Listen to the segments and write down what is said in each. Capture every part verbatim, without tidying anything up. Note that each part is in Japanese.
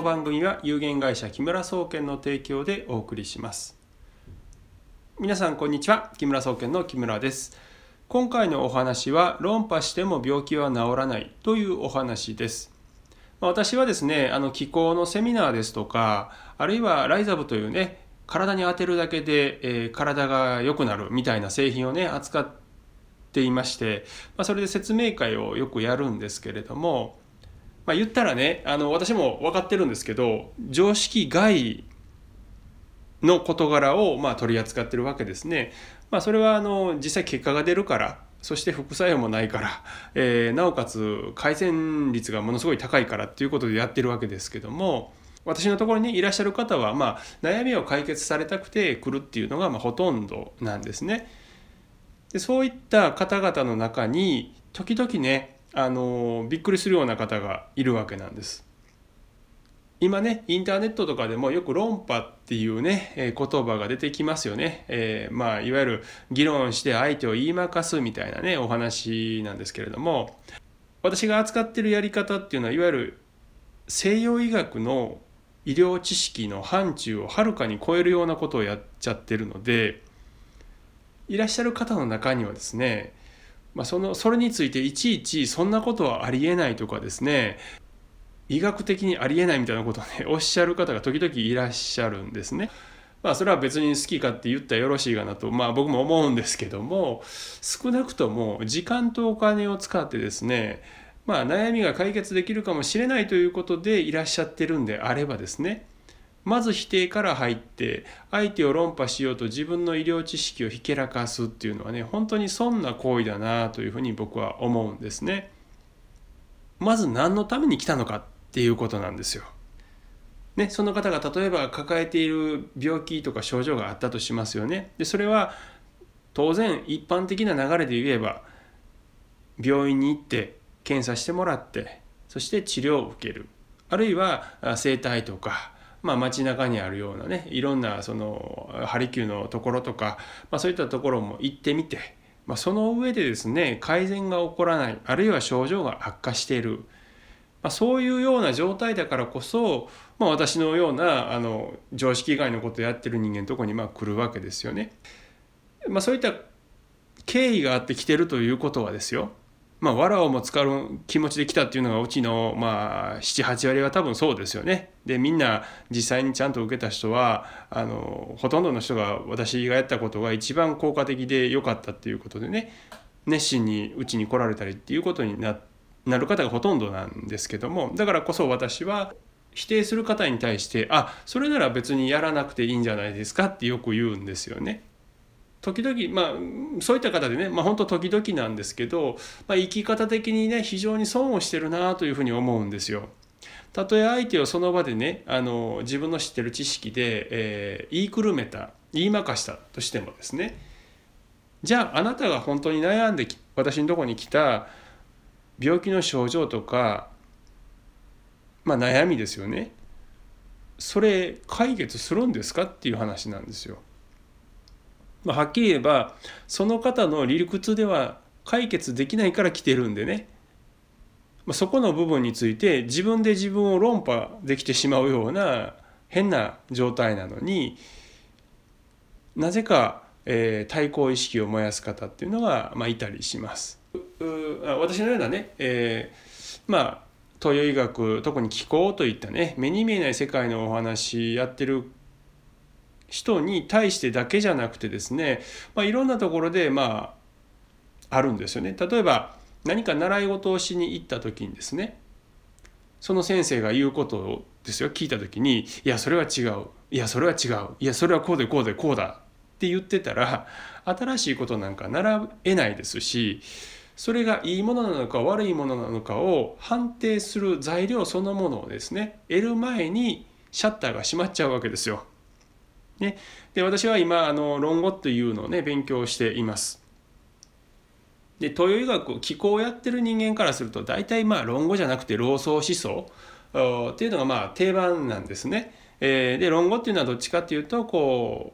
番組は有限会社木村総研の提供でお送りします。皆さんこんにちは。木村総研の木村です。今回のお話は論破しても病気は治らないというお話です。私はですね、あの気候のセミナーですとか、あるいはライザブというね、体に当てるだけで、えー、体が良くなるみたいな製品をね扱っていまして、まあ、それで説明会をよくやるんですけれども、まあ、言ったらね、あの私も分かってるんですけど、常識外の事柄をまあ取り扱ってるわけですね。まあ、それはあの実際結果が出るから、そして副作用もないから、えー、なおかつ改善率がものすごい高いからっていうことでやってるわけですけども、私のところにいらっしゃる方は、まあ、悩みを解決されたくて来るっていうのがまあほとんどなんですね。でそういった方々の中に時々ね、あのびっくりするような方がいるわけなんです。今ね、インターネットとかでもよく論破っていうね、えー、言葉が出てきますよね。えー、まあいわゆる議論して相手を言いまかすみたいなねお話なんですけれども、私が扱ってるやり方っていうのは、いわゆる西洋医学の医療知識の範疇をはるかに超えるようなことをやっちゃってるので、いらっしゃる方の中にはですね、まあ、そのそれについていちいちそんなことはありえないとかですね、医学的にありえないみたいなことをねおっしゃる方が時々いらっしゃるんですね。まあそれは別に好きかって言ったらよろしいかなと、まあ僕も思うんですけども、少なくとも時間とお金を使ってですね、まあ悩みが解決できるかもしれないということでいらっしゃってるんであればですね、まず否定から入って相手を論破しようと自分の医療知識をひけらかすっていうのはね、本当に損な行為だなというふうに僕は思うんですね。まず何のために来たのかっていうことなんですよ。ね、その方が例えば抱えている病気とか症状があったとしますよね。でそれは当然一般的な流れで言えば、病院に行って検査してもらって、そして治療を受ける、あるいは整体とか、まあ、街中にあるようなね、いろんなそのハリキューのところとか、まあ、そういったところも行ってみて、まあ、その上でですね、改善が起こらない、あるいは症状が悪化している、まあ、そういうような状態だからこそ、まあ、私のようなあの常識以外のことをやってる人間のところにまあ来るわけですよね。まあ、そういった経緯があって来てるということはですよ、まあ、藁をも使う気持ちで来たっていうのがうちの、まあ、なな、はち割は多分そうですよね。で、みんな実際にちゃんと受けた人は、あの、ほとんどの人が私がやったことが一番効果的で良かったっていうことでね、熱心にうちに来られたりっていうことにな、なる方がほとんどなんですけども、だからこそ私は否定する方に対して、あ、それなら別にやらなくていいんじゃないですかってよく言うんですよね。時々、まあ、そういった方でね、まあ、本当時々なんですけど、まあ、生き方的にね非常に損をしてるなというふうに思うんですよ。たとえ相手をその場でね、あの自分の知ってる知識で、えー、言いくるめた、言いまかしたとしてもですね、じゃああなたが本当に悩んで私のところに来た病気の症状とか、まあ、悩みですよね、それ解決するんですかっていう話なんですよ。まあ、はっきり言えばその方の理屈では解決できないから来てるんでね、まあ、そこの部分について自分で自分を論破できてしまうような変な状態なのに、なぜか、えー、対抗意識を燃やす方っていうのが、まあ、いたりします。私のようなね、えー、まあ東洋医学、特に気候といったね目に見えない世界のお話やってる人に対してだけじゃなくてですね、まあ、いろんなところでまああるんですよね。例えば何か習い事をしに行った時にですね、その先生が言うことをですよ聞いた時に、いやそれは違う、いやそれは違う、いやそれはこうでこうでこうだって言ってたら、新しいことなんか習えないですし、それがいいものなのか悪いものなのかを判定する材料そのものをですね得る前にシャッターが閉まっちゃうわけですよ。ね、で私は今あの論語っていうのをね勉強しています。で東洋医学気候をやってる人間からすると大体まあ論語じゃなくて老荘思想っていうのがまあ定番なんですね。えー、で論語っていうのはどっちかっていうとこ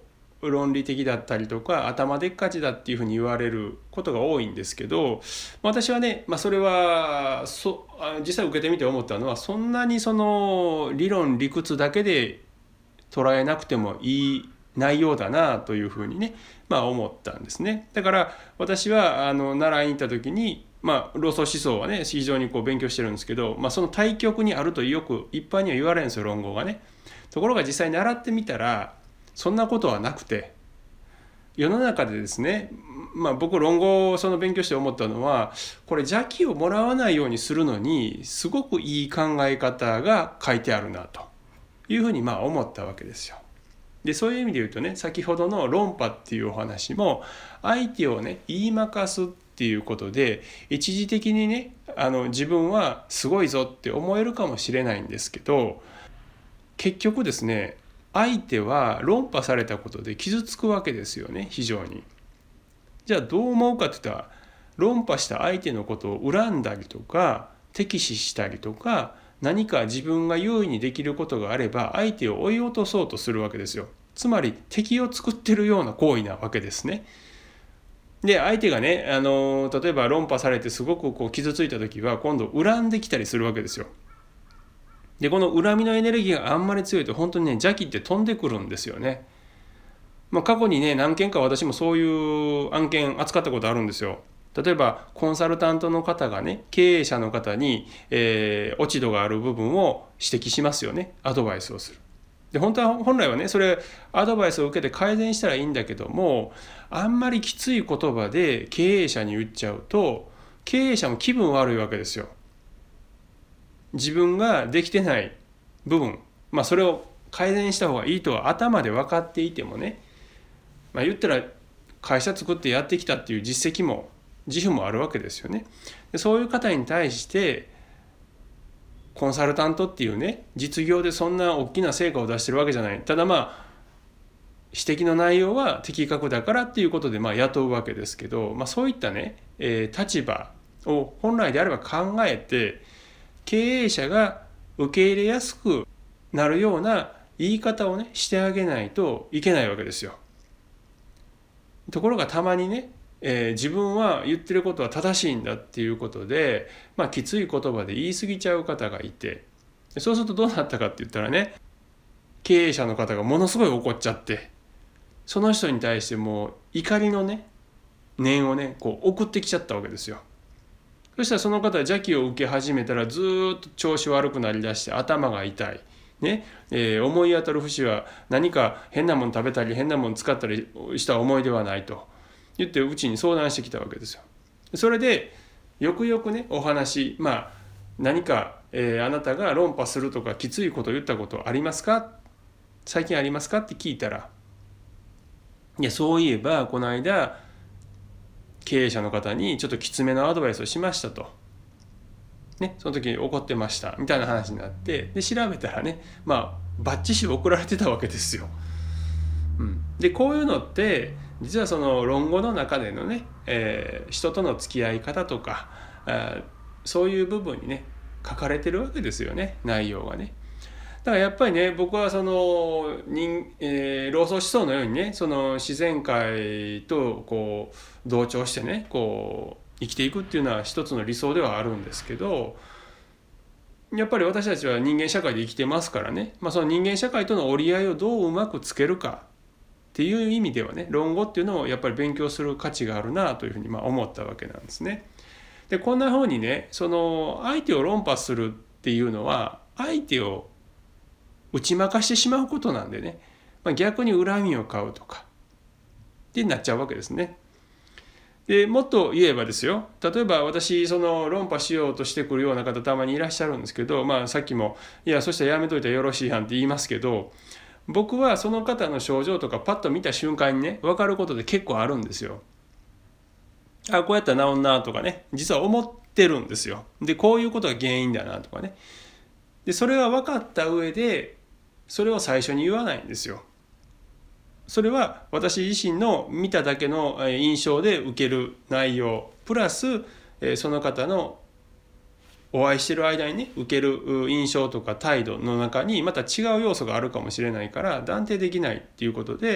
論理的だったりとか頭でっかちだっていうふうに言われることが多いんですけど、私はね、まあ、それはそ実際受けてみて思ったのは、そんなにその理論理屈だけで捉えなくてもいい内容だなというふうにね、まあ、思ったんですね。だから私はあの習いに行った時に、まあ、ローソー思想はね非常にこう勉強してるんですけど、まあ、その対極にあるとよく一般には言われるんですよ、論語がね。ところが実際に習ってみたらそんなことはなくて、世の中でですね、まあ、僕論語をその勉強して思ったのは、これ邪気をもらわないようにするのにすごくいい考え方が書いてあるなというふうにまあ思ったわけですよ。でそういう意味で言うとね、先ほどの論破っていうお話も、相手をね言いまかすっていうことで一時的にねあの自分はすごいぞって思えるかもしれないんですけど、結局ですね、相手は論破されたことで傷つくわけですよね、非常に。じゃあどう思うかって言ったら、論破した相手のことを恨んだりとか敵視したりとか、何か自分が優位にできることがあれば相手を追い落とそうとするわけですよ。つまり敵を作ってるような行為なわけですね。で相手がね、あの例えば論破されてすごくこう傷ついた時は今度恨んできたりするわけですよ。でこの恨みのエネルギーがあんまり強いと本当にね邪気って飛んでくるんですよね。まあ、過去にね何件か私もそういう案件扱ったことあるんですよ。例えばコンサルタントの方がね経営者の方に、えー、落ち度がある部分を指摘しますよね。アドバイスをする。で本当は本来はねそれアドバイスを受けて改善したらいいんだけども、あんまりきつい言葉で経営者に言っちゃうと経営者も気分悪いわけですよ。自分ができてない部分、まあそれを改善した方がいいとは頭で分かっていてもね、まあ、言ったら会社作ってやってきたっていう実績も自負もあるわけですよね。でそういう方に対してコンサルタントっていうね実業でそんな大きな成果を出してるわけじゃない。ただまあ指摘の内容は的確だからっていうことでまあ雇うわけですけど、まあ、そういったね、えー、立場を本来であれば考えて経営者が受け入れやすくなるような言い方をねしてあげないといけないわけですよ。ところがたまにね、えー、自分は言ってることは正しいんだっていうことで、まあ、きつい言葉で言い過ぎちゃう方がいて、そうするとどうなったかって言ったらね、経営者の方がものすごい怒っちゃって、その人に対してもう怒りのね念をねこう送ってきちゃったわけですよ。そしたらその方は邪気を受け始めたらずっと調子悪くなりだして頭が痛い、ねえー、思い当たる節は何か変なもの食べたり変なもの使ったりした思い出はないと言ってうちに相談してきたわけですよ。それでよくよくねお話、まあ何か、えー、あなたが論破するとかきついことを言ったことありますか、最近ありますかって聞いたら、いやそういえばこの間経営者の方にちょっときつめのアドバイスをしましたと、ね、その時に怒ってましたみたいな話になって、で調べたらね、まあバッチシ送られてたわけですよ。うん、でこういうのって実はその論語の中でのね、えー、人との付き合い方とかあそういう部分にね書かれてるわけですよね、内容がね。だからやっぱりね僕はその人、えー、老荘思想のようにねその自然界とこう同調してねこう生きていくっていうのは一つの理想ではあるんですけど、やっぱり私たちは人間社会で生きてますからね、まあ、その人間社会との折り合いをどううまくつけるかっていう意味ではね論語っていうのをやっぱり勉強する価値があるなというふうにまあ思ったわけなんですね。でこんなふうにねその相手を論破するっていうのは相手を打ち負かしてしまうことなんでね、まあ、逆に恨みを買うとかってなっちゃうわけですね。でもっと言えばですよ、例えば私その論破しようとしてくるような方たまにいらっしゃるんですけど、まあさっきもいやそしたらやめといたらよろしいやんって言いますけど、僕はその方の症状とかパッと見た瞬間にね分かることで結構あるんですよ。あこうやったら治んなとかね実は思ってるんですよ。でこういうことが原因だなとかね。でそれは分かった上でそれを最初に言わないんですよ。それは私自身の見ただけの印象で受ける内容プラスその方のお会いしてる間にね受ける印象とか態度の中にまた違う要素があるかもしれないから断定できないっていうことで、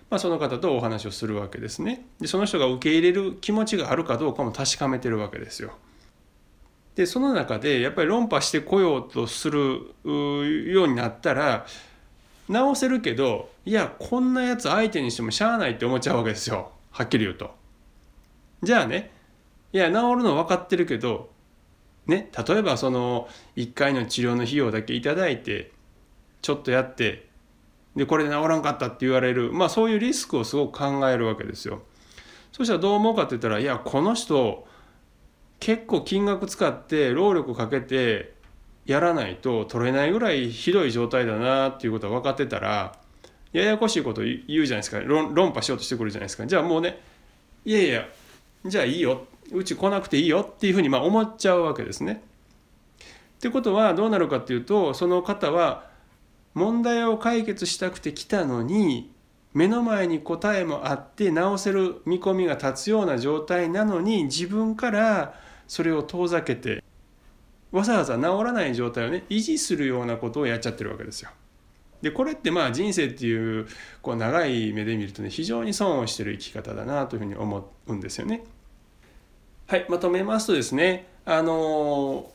まあ、その方とお話をするわけですね。でその人が受け入れる気持ちがあるかどうかも確かめてるわけですよ。でその中でやっぱり論破してこようとするようになったら直せるけど、いやこんなやつ相手にしてもしゃあないって思っちゃうわけですよ、はっきり言うと。じゃあね、いや治るの分かってるけどね、例えばそのいっかいの治療の費用だけいただいてちょっとやってでこれで治らんかったって言われる、まあそういうリスクをすごく考えるわけですよ。そしたらどう思うかって言ったら、いやこの人結構金額使って労力かけてやらないと取れないぐらいひどい状態だなっていうことが分かってたら、ややこしいこと言うじゃないですか。 論, 論破しようとしてくるじゃないですか。じゃあもうね、いやいやじゃあいいよ、うち来なくていいよっていうふうにまあ思っちゃうわけですね。ってことはどうなるかっていうと、その方は問題を解決したくて来たのに、目の前に答えもあって直せる見込みが立つような状態なのに、自分からそれを遠ざけてわざわざ治らない状態をね維持するようなことをやっちゃってるわけですよ。でこれってまあ人生っていう、こう長い目で見るとね、非常に損をしてる生き方だなというふうに思うんですよね。はい、まとめますとですね、あの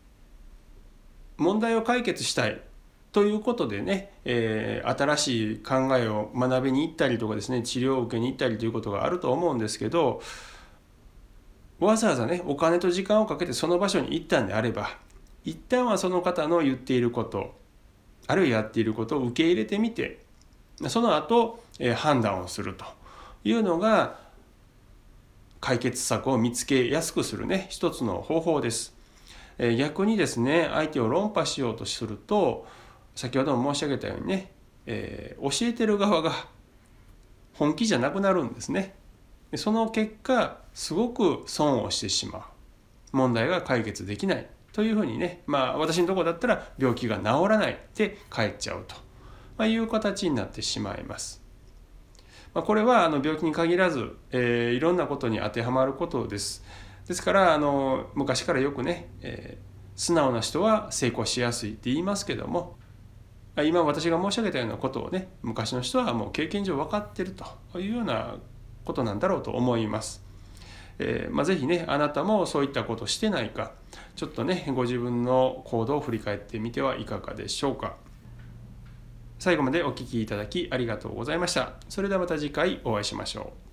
問題を解決したいということでね、えー、新しい考えを学びに行ったりとかですね、治療を受けに行ったりということがあると思うんですけど、わざわざねお金と時間をかけてその場所に行ったんであれば、一旦はその方の言っていること、あるいはやっていることを受け入れてみて、その後、えー、判断をするというのが解決策を見つけやすくするね一つの方法です。えー、逆にですね、相手を論破しようとすると、先ほども申し上げたようにね、えー、教えてる側が本気じゃなくなるんですね。その結果すごく損をしてしまう、問題が解決できないというふうにね、まあ私のところだったら病気が治らないで帰っちゃうと、まあ、いう形になってしまいます。まあ、これはあの病気に限らず、えー、いろんなことに当てはまることです。ですからあの昔からよくね、えー、素直な人は成功しやすいって言いますけども、今私が申し上げたようなことをね、昔の人はもう経験上分かっているというようなことなんだろうと思います。えーまあ、ぜひね、あなたもそういったことをしてないか、ちょっとねご自分の行動を振り返ってみてはいかがでしょうか。最後までお聞きいただきありがとうございました。それではまた次回お会いしましょう。